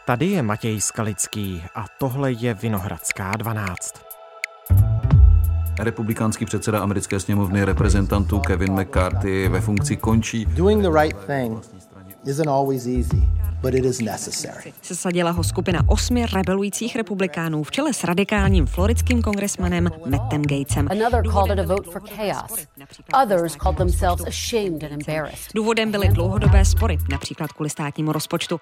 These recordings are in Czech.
Tady je Matěj Skalický a tohle je Vinohradská 12. Republikánský předseda americké sněmovny reprezentantů Kevin McCarthy ve funkci končí. Doing the right thing isn't always easy, but it is necessary. Sesadila ho skupina 8 rebelujících republikánů v čele s radikálním floridským kongresmanem Mattem Gaetzem. Another called it a vote for chaos. Others called themselves ashamed and embarrassed. Důvodem byly dlouhodobé spory, například kvůli státnímu rozpočtu.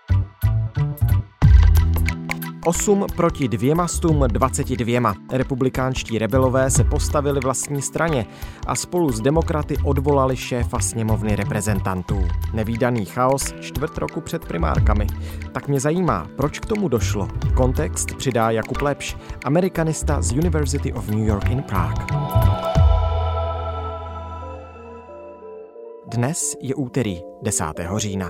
8 proti 222. Republikánští rebelové se postavili vlastní straně a spolu s demokraty odvolali šéfa sněmovny reprezentantů. Nevídaný chaos čtvrt roku před primárkami. Tak mě zajímá, proč k tomu došlo. Kontext přidá Jakub Lepš, amerikanista z University of New York in Prague. Dnes je úterý 10. října.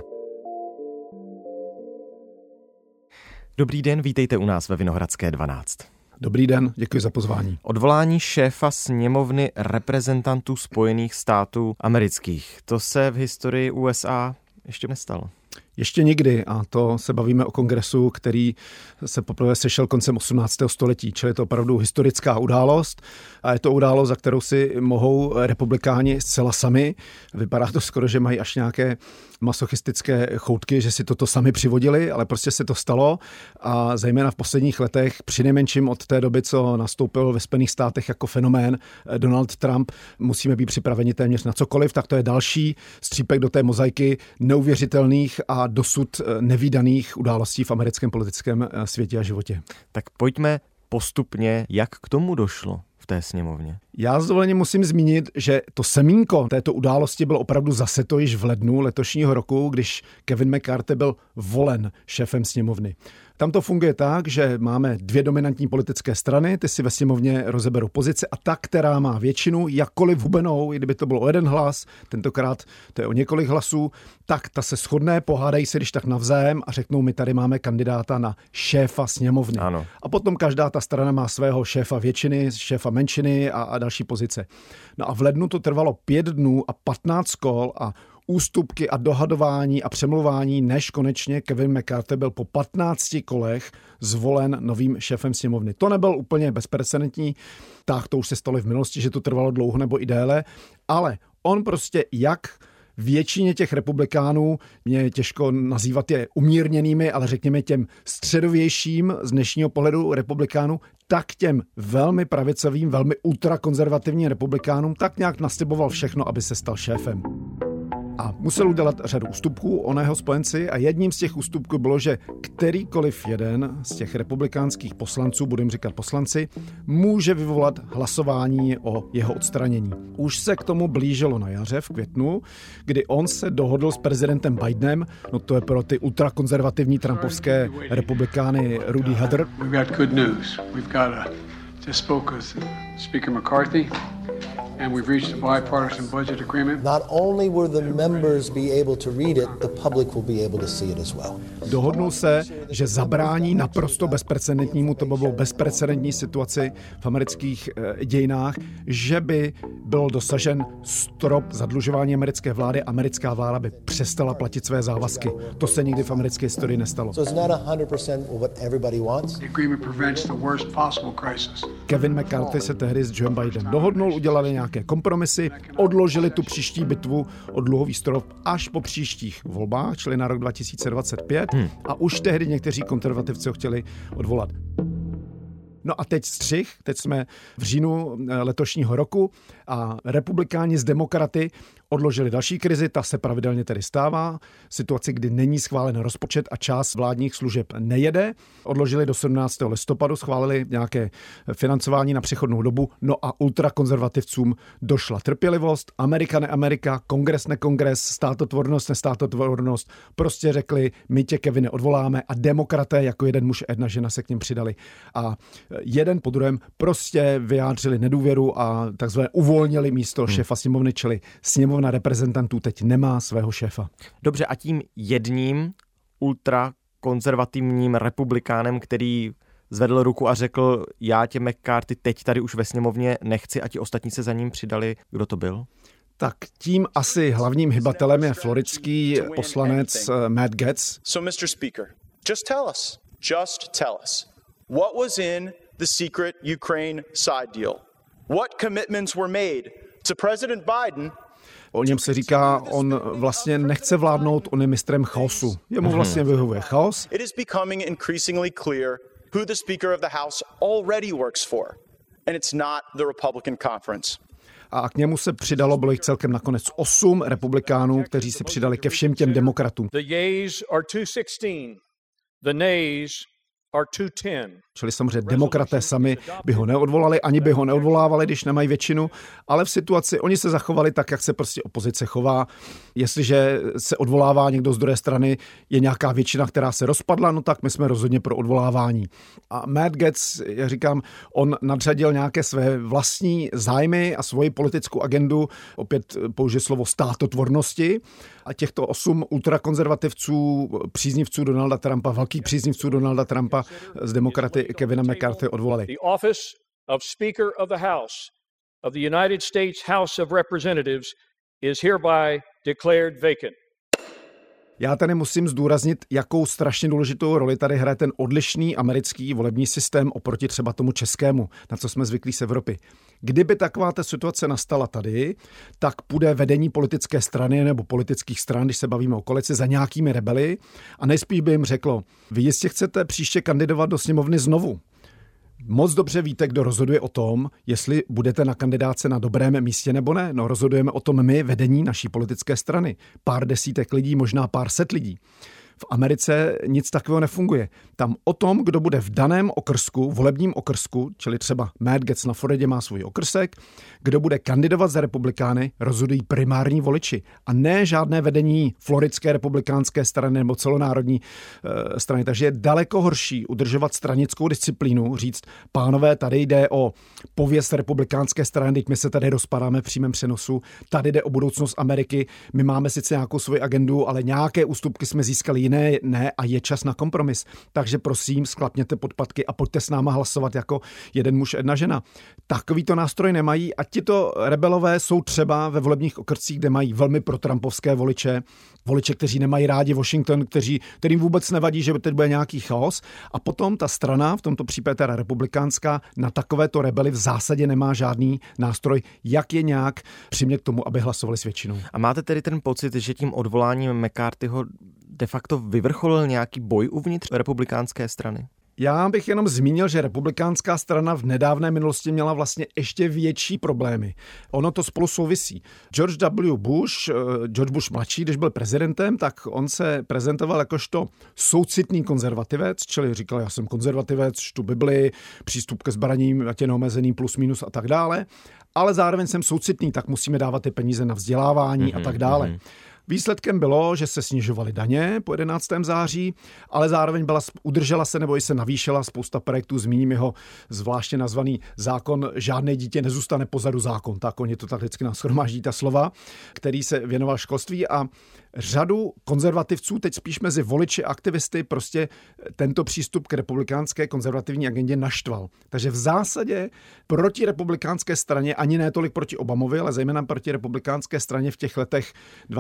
Dobrý den, vítejte u nás ve Vinohradské 12. Dobrý den, děkuji za pozvání. Odvolání šéfa sněmovny reprezentantů Spojených států amerických. To se v historii USA ještě nestalo. Ještě nikdy, a to se bavíme o kongresu, který se poprvé sešel koncem 18. století, čili je to opravdu historická událost a je to událost, za kterou si mohou republikáni zcela sami. Vypadá to skoro, že mají až nějaké masochistické choutky, že si toto sami přivodili, ale prostě se to stalo a zejména v posledních letech, přinejmenším od té doby, co nastoupil ve Spojených státech jako fenomén Donald Trump, musíme být připraveni téměř na cokoliv, tak to je další střípek do té mozaiky neuvěřitelných a dosud nevídaných událostí v americkém politickém světě a životě. Tak pojďme postupně, jak k tomu došlo v té sněmovně. Já s dovolením musím zmínit, že to semínko této události bylo opravdu zaseto již v lednu letošního roku, když Kevin McCarthy byl volen šéfem sněmovny. Tam to funguje tak, že máme dvě dominantní politické strany, ty si ve sněmovně rozeberou pozice a ta, která má většinu, jakkoliv hubenou, i kdyby to bylo o jeden hlas, tentokrát to je o několik hlasů, tak ta se shodne, pohádají se když tak navzájem a řeknou, my tady máme kandidáta na šéfa sněmovny. Ano. A potom každá ta strana má svého šéfa většiny, šéfa menšiny a další pozice. No a v lednu to trvalo 5 dnů a 15 kol a ústupky a dohadování a přemluvání, než konečně Kevin McCarthy byl po 15 kolech zvolen novým šéfem sněmovny. To nebyl úplně bezprecedentní, tak to už se stalo v minulosti, že to trvalo dlouho nebo i déle, ale on prostě jak většině těch republikánů, mě je těžko nazývat je umírněnými, ale řekněme těm středovějším z dnešního pohledu republikánů, tak těm velmi pravicovým, velmi ultrakonzervativním republikánům, tak nějak nasliboval všechno, aby se stal šéfem. A musel udělat řadu ústupků oného spojenci a jedním z těch ústupků bylo, že kterýkoliv jeden z těch republikánských poslanců, budeme říkat poslanci, může vyvolat hlasování o jeho odstranění. Už se k tomu blížilo na jaře v květnu, kdy on se dohodl s prezidentem Bidenem, no to je pro ty ultrakonzervativní trumpovské republikány Rudy Hadr. We've got good news. We've got just spoke with Speaker McCarthy. And we've reached a bipartisan budget agreement. Not only will the members be able to read it, the public will be able to see it as well. Dohodnul se, že zabrání naprosto bezprecedentnímu, to by bylo bezprecedentní situaci v amerických dějinách, že by byl dosažen strop zadlužování americké vlády, americká vláda by přestala platit své závazky. To se nikdy v americké historii nestalo. So it's not 100% what everybody wants. The agreement prevents the worst possible crisis. Kevin McCarthy se tehdy s Joe Biden dohodnul, udělali nějaké kompromisy, odložili tu příští bitvu o dluhový strop až po příštích volbách, čili na rok 2025 a už tehdy někteří konzervativci ho chtěli odvolat. No a teď střih, teď jsme v říjnu letošního roku a republikáni s demokraty odložili další krizi, ta se pravidelně tedy stává, situaci, kdy není schválen rozpočet a část vládních služeb nejede. Odložili do 17. listopadu, schválili nějaké financování na přechodnou dobu, no a ultrakonzervativcům došla trpělivost, Amerika neamerika, kongres nekongres, státotvornost nestátotvornost, prostě řekli, my tě, Kevine, odvoláme a demokraté jako jeden muž a jedna žena se k ním přidali. A jeden po druhém prostě vyjádřili nedůvěru a takzvané uvolnili místo šéfa sněmovny, čili sněmovna reprezentantů teď nemá svého šéfa. Dobře, a tím jedním ultrakonzervativním republikánem, který zvedl ruku a řekl, já tě McCarthy teď tady už ve sněmovně nechci a ti ostatní se za ním přidali, kdo to byl? Tak tím asi hlavním hybatelem je floridský poslanec Matt Gaetz. So, Mr. Speaker, Just tell us. What was in the secret Ukraine side deal? What commitments were made to President Biden? O něm se říká, on vlastně nechce vládnout, on je mistrem chaosu. Jemu vlastně vyhovuje chaos. It is becoming increasingly clear who the Speaker of the House already works for. And it's not the Republican conference. A k němu se přidalo, bylo jich celkem nakonec 8 republikánů, kteří se přidali ke všem těm demokratům. The yeas are 216. The nays are 210. Čili samozřejmě demokraté sami by ho neodvolali, ani by ho neodvolávali, když nemají většinu, ale v situaci, oni se zachovali tak, jak se prostě opozice chová. Jestliže se odvolává někdo z druhé strany, je nějaká většina, která se rozpadla, no tak my jsme rozhodně pro odvolávání. A Matt Gaetz, já říkám, on nadřadil nějaké své vlastní zájmy a svoji politickou agendu, opět použije slovo státotvornosti, a těchto 8 ultrakonzervativců, příznivců Donalda Trumpa, velkých příznivců Donalda Trumpa z demokraty Kevina McCarthy odvolali. The office of Speaker of the House of the United States House of Representatives is hereby declared vacant. Já tady musím zdůraznit, jakou strašně důležitou roli tady hraje ten odlišný americký volební systém oproti třeba tomu českému, na co jsme zvyklí z Evropy. Kdyby taková ta situace nastala tady, tak půjde vedení politické strany nebo politických stran, když se bavíme o koalici, za nějakými rebeli a nejspíš by jim řeklo, vy jistě chcete příště kandidovat do sněmovny znovu. Moc dobře víte, kdo rozhoduje o tom, jestli budete na kandidáce na dobrém místě nebo ne. No, rozhodujeme o tom my, vedení naší politické strany. Pár desítek lidí, možná pár set lidí. V Americe nic takového nefunguje. Tam o tom, kdo bude v daném okrsku, volebním okrsku, čili třeba Matt Gaetz na Floridě má svůj okrsek, kdo bude kandidovat za republikány, rozhodují primární voliči a ne žádné vedení floridské republikánské strany nebo celonárodní strany. Takže je daleko horší udržovat stranickou disciplínu, říct, pánové, tady jde o pověst republikánské strany, teď my se tady rozpadáme v přímém přenosu, tady jde o budoucnost Ameriky, my máme sice nějakou svoji agendu, ale nějaké ústupky jsme získali, jiné ne a je čas na kompromis. Takže prosím, sklapněte podpatky a pojďte s náma hlasovat jako jeden muž, jedna žena. Takovýto nástroj nemají a tito rebelové jsou třeba ve volebních okrscích, kde mají velmi protrampovské voliče, kteří nemají rádi Washington, kterým vůbec nevadí, že teď bude nějaký chaos. A potom ta strana, v tomto případě teda republikánská, na takovéto rebely v zásadě nemá žádný nástroj, jak je nějak přimět k tomu, aby hlasovali s většinou. A máte tedy ten pocit, že tím odvoláním McCarthyho de facto vyvrcholil nějaký boj uvnitř republikánské strany? Já bych jenom zmínil, že republikánská strana v nedávné minulosti měla vlastně ještě větší problémy. Ono to spolu souvisí. George Bush mladší, když byl prezidentem, tak on se prezentoval jakožto soucitný konzervativec, čili říkal, já jsem konzervativec, čtu Bibli, přístup ke zbraním, ať je neomezený plus minus a tak dále, ale zároveň jsem soucitný, tak musíme dávat ty peníze na vzdělávání a tak dále. Výsledkem bylo, že se snižovaly daně po 11. září, ale zároveň udržela se nebo i se navýšila spousta projektů, zmíním jeho zvláště nazvaný zákon Žádné dítě nezůstane pozadu zákon, tak oni to tak vždycky nashromáždí ta slova, který se věnoval školství a řadu konzervativců, teď spíš mezi voliči a aktivisty, prostě tento přístup k republikánské konzervativní agendě naštval. Takže v zásadě proti republikánské straně, ani ne tolik proti Obamovi, ale zejména proti republikánské straně v těch letech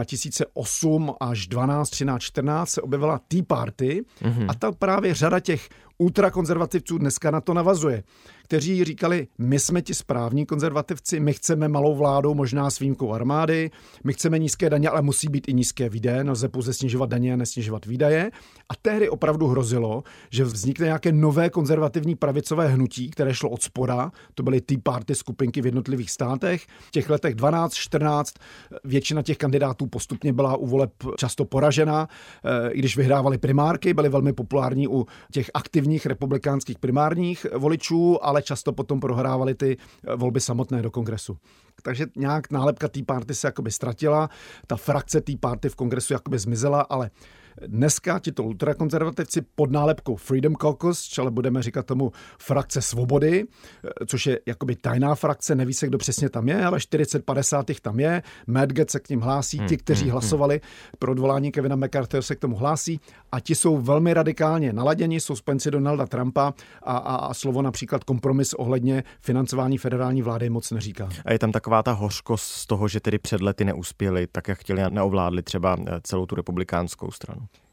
2008 až 12, 13, 14 se objevila Tea Party a ta právě řada těch ultrakonzervativců dneska na to navazuje, kteří říkali, my jsme ti správní konzervativci, my chceme malou vládu, možná s výjimkou armády, my chceme nízké daně, ale musí být i nízké výdaje, nelze pouze snižovat daně a nesnižovat výdaje. A tehdy opravdu hrozilo, že vznikne nějaké nové konzervativní pravicové hnutí, které šlo od spoda, to byly Tea Party skupinky v jednotlivých státech. V těch letech 12, 14 většina těch kandidátů postupně byla u voleb často poražena, i když vyhrávali primárky, byly velmi populární u těch aktivních republikánských primárních voličů, ale často potom prohrávali ty volby samotné do kongresu. Takže nějak nálepka Tea Party se jakoby ztratila, ta frakce Tea Party v kongresu jakoby zmizela, ale dneska tito ultrakonzervativci pod nálepkou Freedom Caucus, čili budeme říkat tomu frakce svobody, což je jakoby tajná frakce, neví se, kdo přesně tam je, ale 40-50 jich tam je. Matt Gaetz se k ním hlásí, ti, kteří hlasovali pro odvolání Kevina McCarthyho, se k tomu hlásí a ti jsou velmi radikálně naladěni, jsou spojenci Donalda Trumpa a slovo například kompromis ohledně financování federální vlády moc neříká. A je tam taková ta hořkost z toho, že tedy před lety neuspěli, tak jak chtěli a neovládli třeba celou tu republikánskou stranu.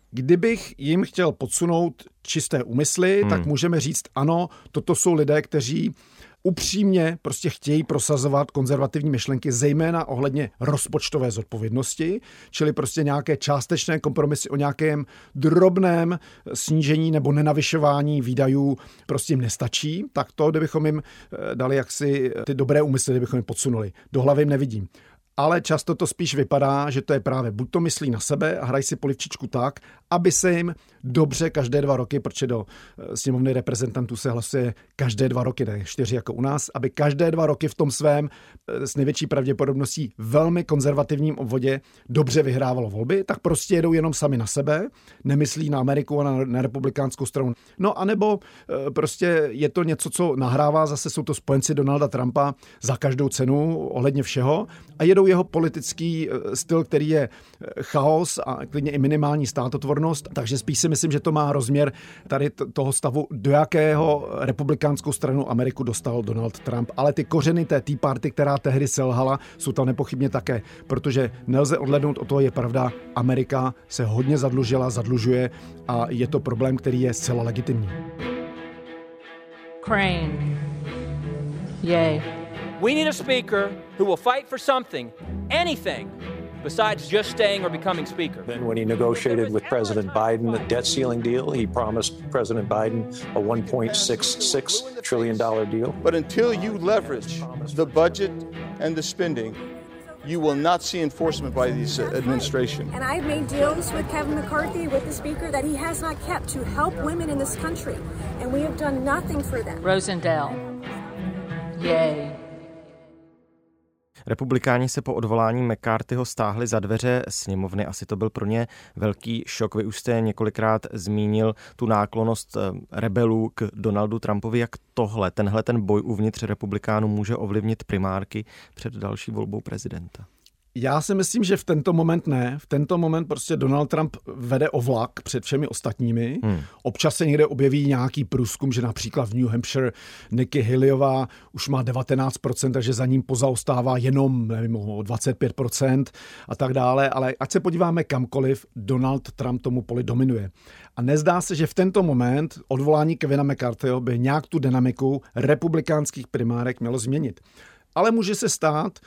Kdybych jim chtěl podsunout čisté úmysly, tak můžeme říct ano, toto jsou lidé, kteří upřímně prostě chtějí prosazovat konzervativní myšlenky, zejména ohledně rozpočtové zodpovědnosti, čili prostě nějaké částečné kompromisy o nějakém drobném snížení nebo nenavyšování výdajů prostě jim nestačí. Tak to, kdybychom jim dali jaksi ty dobré úmysly, kdybychom jim podsunuli. Do hlavy jim nevidím. Ale často to spíš vypadá, že to je právě buď to myslí na sebe a hrají si polivčičku tak, aby se jim dobře každé 2 roky, protože do sněmovny reprezentantů se hlasuje každé 2 roky, ne 4 jako u nás, aby každé 2 roky v tom svém s největší pravděpodobností velmi konzervativním obvodě dobře vyhrávalo volby, tak prostě jedou jenom sami na sebe, nemyslí na Ameriku a na republikánskou stranu. No anebo prostě je to něco, co nahrává, zase jsou to spojenci Donalda Trumpa za každou cenu ohledně všeho a jedou jeho politický styl, který je chaos a klidně i minimální státotvornost, takže spíš si myslím, že to má rozměr tady toho stavu, do jakého republikánskou stranu Ameriku dostal Donald Trump. Ale ty kořeny té Tea Party, která tehdy selhala, jsou tam nepochybně také, protože nelze odhlédnout od toho, je pravda, Amerika se hodně zadlužuje a je to problém, který je zcela legitimní. Crane. Yay. We need a speaker who will fight for something, anything, besides just staying or becoming speaker. Then when he negotiated with President Biden the debt ceiling deal, he promised President Biden a $1.66 trillion deal. But until you leverage the budget and the spending, you will not see enforcement by this administration. And I've made deals with Kevin McCarthy, with the Speaker, that he has not kept to help women in this country. And we have done nothing for them. Rosendale. Yay. Republikáni se po odvolání McCarthyho stáhli za dveře sněmovny. Asi to byl pro ně velký šok. Vy už jste několikrát zmínil tu náklonnost rebelů k Donaldu Trumpovi. Jak ten boj uvnitř republikánů může ovlivnit primárky před další volbou prezidenta? Já si myslím, že v tento moment ne. V tento moment prostě Donald Trump vede o vlak před všemi ostatními. Občas se někde objeví nějaký průzkum, že například v New Hampshire Nikki Haleyová už má 19%, takže za ním pozaostává jenom, nevím, o 25% a tak dále. Ale ať se podíváme kamkoliv, Donald Trump tomu poli dominuje. A nezdá se, že v tento moment odvolání Kevina McCarthyho by nějak tu dynamiku republikánských primárek mělo změnit. Ale může se stát,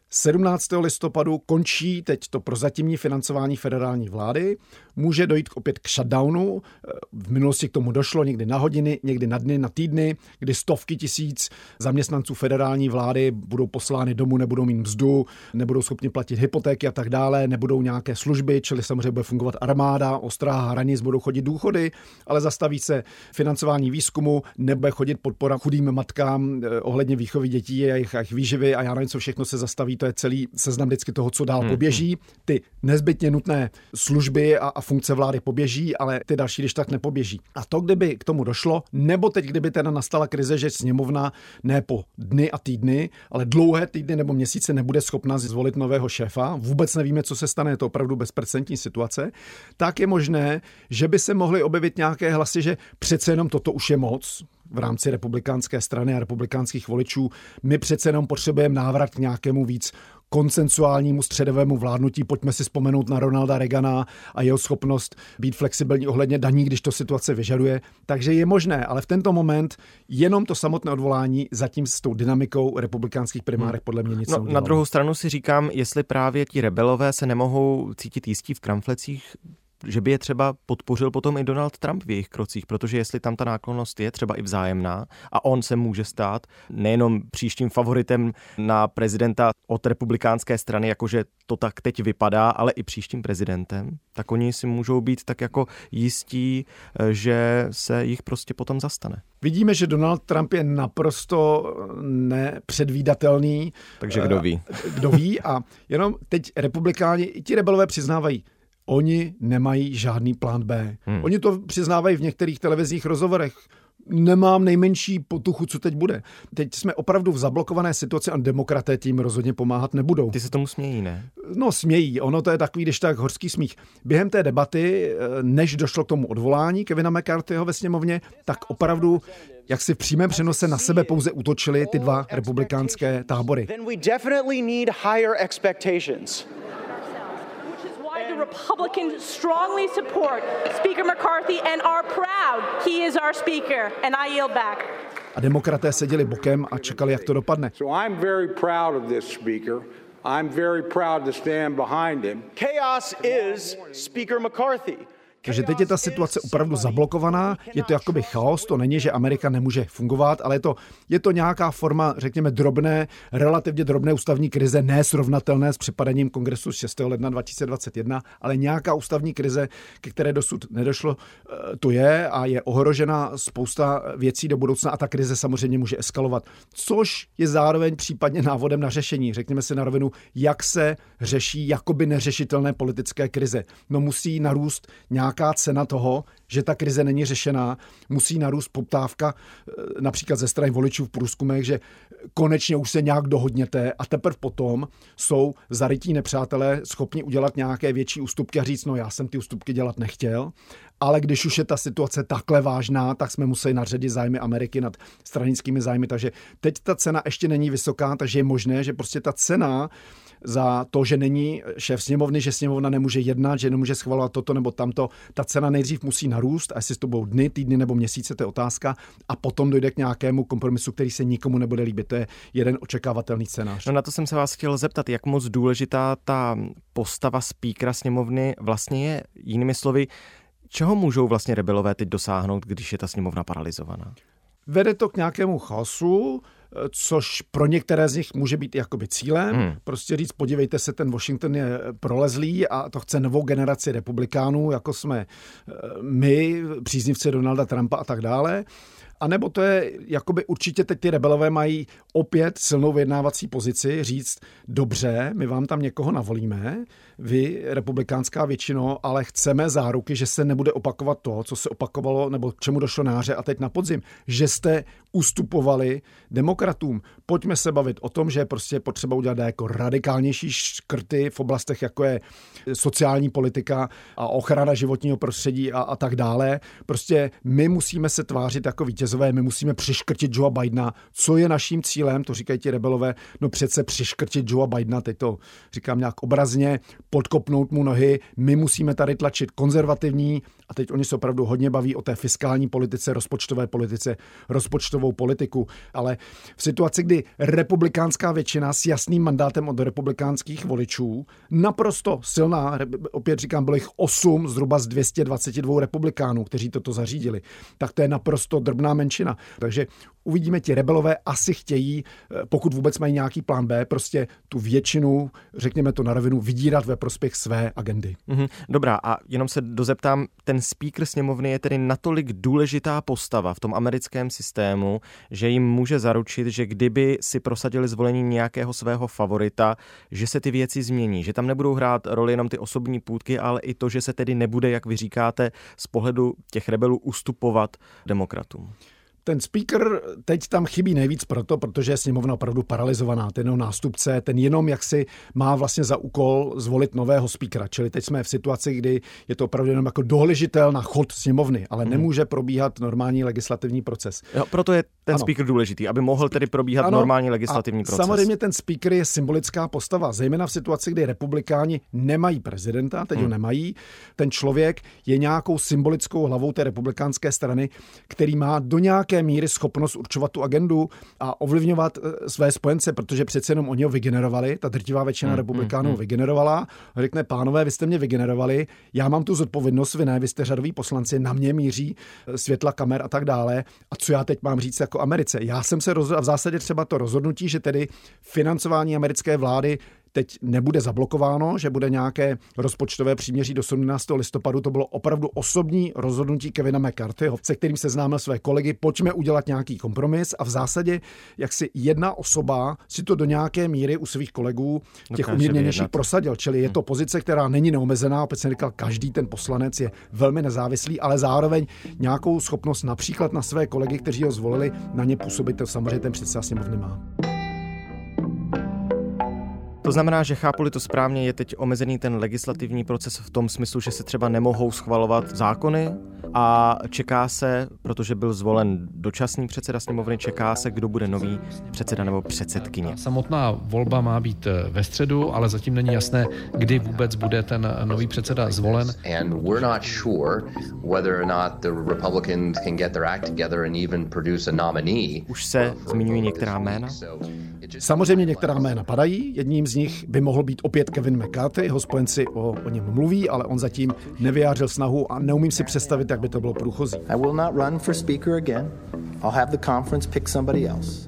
17. listopadu končí teď to prozatímní financování federální vlády. Může dojít opět k shutdownu. V minulosti k tomu došlo někdy na hodiny, někdy na dny, na týdny, kdy stovky tisíc zaměstnanců federální vlády budou poslány domů, nebudou mít mzdu, nebudou schopni platit hypotéky a tak dále, nebudou nějaké služby, čili samozřejmě bude fungovat armáda, ostraha hranic, budou chodit důchody, ale zastaví se financování výzkumu, nebude chodit podpora chudým matkám ohledně výchovy dětí a jejich výživy a já nevím, co všechno se zastaví. To je celý seznam vždycky toho, co dál poběží. Ty nezbytně nutné služby a funkce vlády poběží, ale ty další když tak nepoběží. A to, kdyby k tomu došlo, nebo teď, kdyby teda nastala krize, že sněmovna ne po dny a týdny, ale dlouhé týdny nebo měsíce nebude schopna zvolit nového šéfa, vůbec nevíme, co se stane, je to opravdu bezprecedentní situace, tak je možné, že by se mohly objevit nějaké hlasy, že přece jenom toto už je moc v rámci republikánské strany a republikánských voličů. My přece jenom potřebujeme návrat k nějakému víc konsensuálnímu středovému vládnutí. Pojďme si vzpomenout na Ronalda Reagana a jeho schopnost být flexibilní ohledně daní, když to situace vyžaduje. Takže je možné, ale v tento moment jenom to samotné odvolání zatím s tou dynamikou republikánských primárek podle mě nic neudělalo. Na druhou stranu si říkám, jestli právě ti rebelové se nemohou cítit jistí v kramflecích, že by je třeba podpořil potom i Donald Trump v jejich krocích, protože jestli tam ta náklonnost je třeba i vzájemná a on se může stát nejenom příštím favoritem na prezidenta od republikánské strany, jakože to tak teď vypadá, ale i příštím prezidentem, tak oni si můžou být tak jako jistí, že se jich prostě potom zastane. Vidíme, že Donald Trump je naprosto nepředvídatelný. Takže kdo ví? Kdo ví a jenom teď republikáni, i ti rebelové přiznávají, oni nemají žádný plán B. Oni to přiznávají v některých televizních rozhovorech. Nemám nejmenší potuchu, co teď bude. Teď jsme opravdu v zablokované situaci a demokraté tím rozhodně pomáhat nebudou. Ty se tomu smějí, ne? No smějí, ono to je takový, když tak horský smích. Během té debaty, než došlo k tomu odvolání Kevina McCarthyho ve sněmovně, tak opravdu jak si v přímém přenose na sebe pouze útočili ty dva republikánské tábory. Republicans strongly support Speaker McCarthy and are proud he is our speaker. And I yield back. A demokraté seděli bokem a čekali, jak to dopadne. So I'm very proud of this speaker. I'm very proud to stand behind him. Chaos is Speaker McCarthy. Takže teď je ta situace opravdu zablokovaná, je to jakoby chaos, to není, že Amerika nemůže fungovat, ale je to nějaká forma, řekněme, relativně drobné ústavní krize, nesrovnatelné s přepadením kongresu z 6. ledna 2021, ale nějaká ústavní krize, ke které dosud nedošlo, to je a je ohrožena spousta věcí do budoucna a ta krize samozřejmě může eskalovat, což je zároveň případně návodem na řešení. Řekněme si na rovinu, jak se řeší jakoby neřešitelné politické krize. No musí narůst nějaká cena toho, že ta krize není řešená, musí narůst poptávka například ze strany voličů v průzkumech, že konečně už se nějak dohodněte a teprve potom jsou zarytí nepřátelé schopni udělat nějaké větší ústupky a říct, no já jsem ty ústupky dělat nechtěl, ale když už je ta situace takhle vážná, tak jsme museli nadřadit zájmy Ameriky nad stranickými zájmy, takže teď ta cena ještě není vysoká, takže je možné, že prostě ta cena za to, že není šéf sněmovny, že sněmovna nemůže jednat, že nemůže schvalovat toto nebo tamto. Ta cena nejdřív musí narůst, a jestli to budou dny, týdny nebo měsíce, to je otázka, a potom dojde k nějakému kompromisu, který se nikomu nebude líbit. To je jeden očekávatelný scénář. No na to jsem se vás chtěl zeptat, jak moc důležitá ta postava spíkra sněmovny vlastně je. Jinými slovy, čeho můžou vlastně rebelové teď dosáhnout, když je ta sněmovna paralyzovaná? Vede to k nějakému chaosu, což pro některé z nich může být jakoby cílem. Prostě říct, podívejte se, ten Washington je prolezlý a to chce novou generaci republikánů, jako jsme my, příznivci Donalda Trumpa a tak dále. A nebo to je, jakoby určitě teď ty rebelové mají opět silnou vyjednávací pozici, říct, dobře, my vám tam někoho navolíme, vy, republikánská většino, ale chceme záruky, že se nebude opakovat to, co se opakovalo, nebo k čemu došlo na jaře a teď na podzim, že jste ustupovali demokratům. Pojďme se bavit o tom, že je prostě potřeba udělat jako radikálnější škrty v oblastech, jako je sociální politika a ochrana životního prostředí a tak dále. Prostě my musíme se tvářit jako vítězové, my musíme přiškrtit Joea Bidena. Co je naším cílem, to říkají ti rebelové, no přece přiškrtit Joea Bidena, teď to říkám nějak obrazně, podkopnout mu nohy, my musíme tady tlačit konzervativní, a teď oni se opravdu hodně baví o té fiskální politice, rozpočtové politice, rozpočtovou politiku, ale v situaci, kdy republikánská většina s jasným mandátem od republikánských voličů, naprosto silná, opět říkám, bylo jich 8 zhruba z 222 republikánů, kteří toto zařídili, tak to je naprosto drobná menšina. Takže uvidíme, ti rebelové asi chtějí, pokud vůbec mají nějaký plán B, prostě tu většinu, řekněme to na rovinu, vydírat ve prospěch své agendy. Dobrá, a jenom se dozeptám, ten speaker sněmovny je tedy natolik důležitá postava v tom americkém systému, že jim může zaručit, že kdyby si prosadili zvolení nějakého svého favorita, že se ty věci změní, že tam nebudou hrát roli jenom ty osobní půtky, ale i to, že se tedy nebude, jak vy říkáte, z pohledu těch rebelů ustupovat demokratům. Ten speaker teď tam chybí nejvíc protože je sněmovna opravdu paralyzovaná. Ten jeho nástupce, ten jenom jaksi má vlastně za úkol zvolit nového speakera. Čili teď jsme v situaci, kdy je to opravdu jenom jako dohležitel na chod sněmovny, ale nemůže probíhat normální legislativní proces. Jo, proto je ten speaker důležitý, aby mohl tedy probíhat normální legislativní proces. Samozřejmě ten speaker je symbolická postava, zejména v situaci, kdy republikáni nemají prezidenta, teď ho nemají. Ten člověk je nějakou symbolickou hlavou té republikánské strany, který má do nějaké míry schopnost určovat tu agendu a ovlivňovat své spojence, protože přece jenom oni ho vygenerovali, ta drtivá většina republikánů vygenerovala. Řekne, pánové, vy jste mě vygenerovali, já mám tu zodpovědnost, vy ne, vy jste řadoví poslanci, na mě míří světla kamer a tak dále. A co já teď mám říct jako Americe? Já jsem se rozhodl, v zásadě třeba to rozhodnutí, že tedy financování americké vlády teď nebude zablokováno, že bude nějaké rozpočtové příměří do 17. listopadu. To bylo opravdu osobní rozhodnutí Kevina McCarthyho, se kterým seznámil své kolegy. Pojďme udělat nějaký kompromis a v zásadě, jak si jedna osoba si to do nějaké míry u svých kolegů, těch umírněnějších prosadil. Čili je to pozice, která není neomezená. Opět jsem říkal, každý ten poslanec je velmi nezávislý, ale zároveň nějakou schopnost například na své kolegy, kteří ho zvolili, na ně působit, to samozřejmě ten předseda sněmovny má. To znamená, že chápu-li to správně, je teď omezený ten legislativní proces v tom smyslu, že se třeba nemohou schvalovat zákony, a čeká se, protože byl zvolen dočasný předseda sněmovny, čeká se, kdo bude nový předseda nebo předsedkyně. Samotná volba má být ve středu, ale zatím není jasné, kdy vůbec bude ten nový předseda zvolen. And we're not sure whether or not the Republicans can get their act together and even produce a nominee. Už se zmiňují některá jména? Samozřejmě některá jména padají. Jedním z nich by mohl být opět Kevin McCarthy. Jeho spojenci o něm mluví, ale on zatím nevyjádřil snahu a neumím si představit, jak by to bylo průchozí. I will not run for speaker again. I'll have the conference pick somebody else.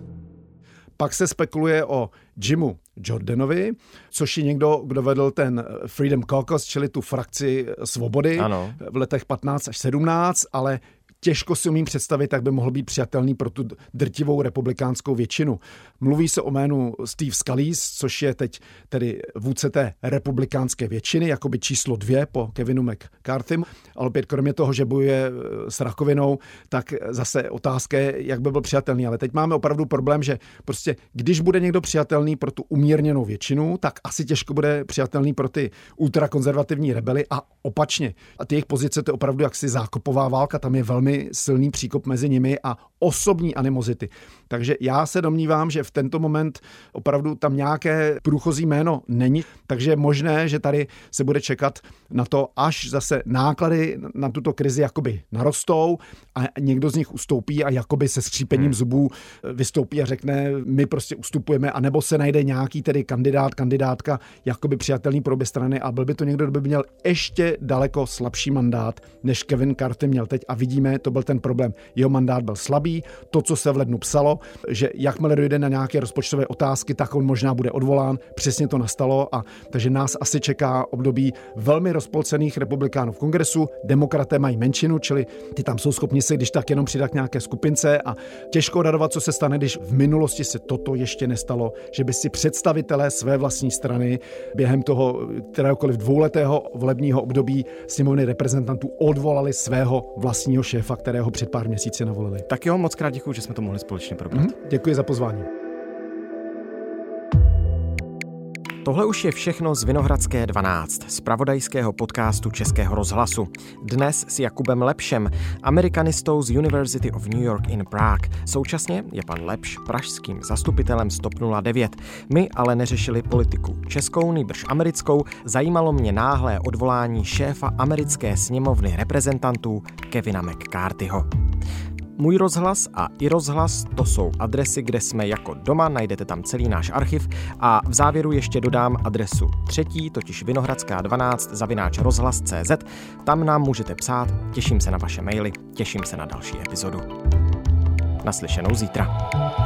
Pak se spekuluje o Jimu Jordanovi, což je někdo, kdo vedl ten Freedom Caucus, čili tu frakci svobody v letech 15 až 17, ale těžko si umím představit, jak by mohl být přijatelný pro tu drtivou republikánskou většinu. Mluví se o jménu Steve Scalise, což je teď tedy vůdce té republikánské většiny, jakoby číslo 2 po Kevinu McCarthym. Ale opět kromě toho, že bojuje s rakovinou, tak zase otázka je, jak by byl přijatelný. Ale teď máme opravdu problém, že prostě když bude někdo přijatelný pro tu umírněnou většinu, tak asi těžko bude přijatelný pro ty ultrakonzervativní rebely a opačně. A ty jejich pozice, to je opravdu jaksi zákopová válka, tam je velmi silný příkop mezi nimi a osobní animozity. Takže já se domnívám, že v tento moment opravdu tam nějaké průchozí jméno není, takže je možné, že tady se bude čekat na to, až zase náklady na tuto krizi jakoby narostou a někdo z nich ustoupí a jakoby se skřípením zubů vystoupí a řekne, my prostě ustupujeme, anebo se najde nějaký tedy kandidátka jakoby přijatelný pro obě strany a byl by to někdo, kdo by měl ještě daleko slabší mandát, než Kevin McCarthy měl teď a vidíme, to byl ten problém. Jeho mandát byl slabý, to, co se v lednu psalo, že jakmile dojde na nějaké rozpočtové otázky, tak on možná bude odvolán. Přesně to nastalo a takže nás asi čeká období velmi rozpolcených republikánů v kongresu. Demokraté mají menšinu, čili ty tam jsou schopni se když tak jenom přidat k nějaké skupince a těžko odhadovat, co se stane, když v minulosti se toto ještě nestalo, že by si představitelé své vlastní strany během toho kteréhokoliv dvouletého volebního období sněmovny reprezentantů odvolali svého vlastního šéfa, kterého před pár měsíci navolili. Tak jo, moc krát děkuji, že jsme to mohli společně probrat. Děkuji za pozvání. Tohle už je všechno z Vinohradské 12, z zpravodajského podcastu Českého rozhlasu. Dnes s Jakubem Lepšem, amerikanistou z University of New York in Prague. Současně je pan Lepš pražským zastupitelem z TOP 09. My ale neřešili politiku českou, nýbrž americkou. Zajímalo mě náhlé odvolání šéfa americké sněmovny reprezentantů Kevina McCarthyho. Můj rozhlas a i rozhlas, to jsou adresy, kde jsme jako doma, najdete tam celý náš archiv a v závěru ještě dodám adresu třetí, totiž vinohradská12 @ rozhlas.cz. Tam nám můžete psát, těším se na vaše maily, těším se na další epizodu. Naslyšenou zítra.